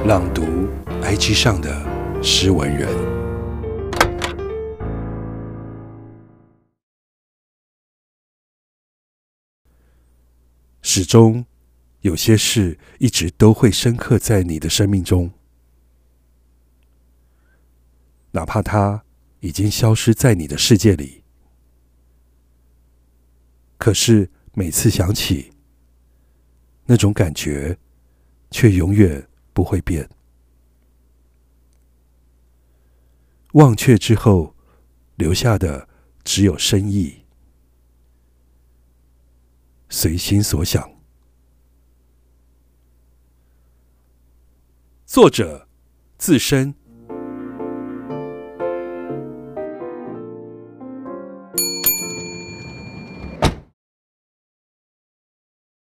朗读 IG 上的诗文人。始终有些事一直都会深刻在你的生命中，哪怕它已经消失在你的世界里，可是每次想起，那种感觉却永远不会变。忘却之后，留下的只有深意，随心所想。作者：自身